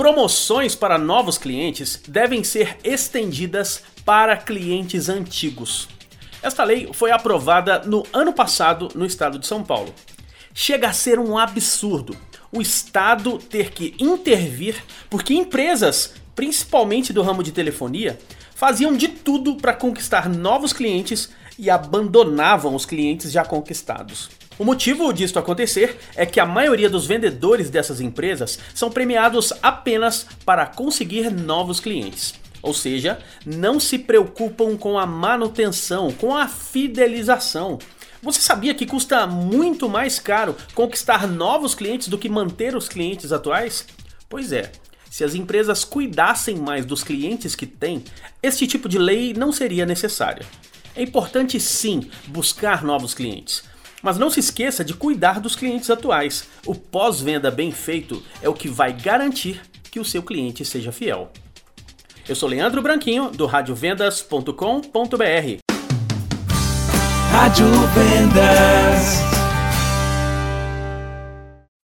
promoções para novos clientes devem ser estendidas para clientes antigos. Esta lei foi aprovada no ano passado no estado de São Paulo. Chega a ser um absurdo o estado ter que intervir porque empresas, principalmente do ramo de telefonia, faziam de tudo para conquistar novos clientes e abandonavam os clientes já conquistados. O motivo disto acontecer é que a maioria dos vendedores dessas empresas são premiados apenas para conseguir novos clientes. Ou seja, não se preocupam com a manutenção, com a fidelização. Você sabia que custa muito mais caro conquistar novos clientes do que manter os clientes atuais? Pois é, se as empresas cuidassem mais dos clientes que têm, este tipo de lei não seria necessária. É importante sim buscar novos clientes, mas não se esqueça de cuidar dos clientes atuais. O pós-venda bem feito é o que vai garantir que o seu cliente seja fiel. Eu sou Leandro Branquinho, do radiovendas.com.br. Rádio Vendas.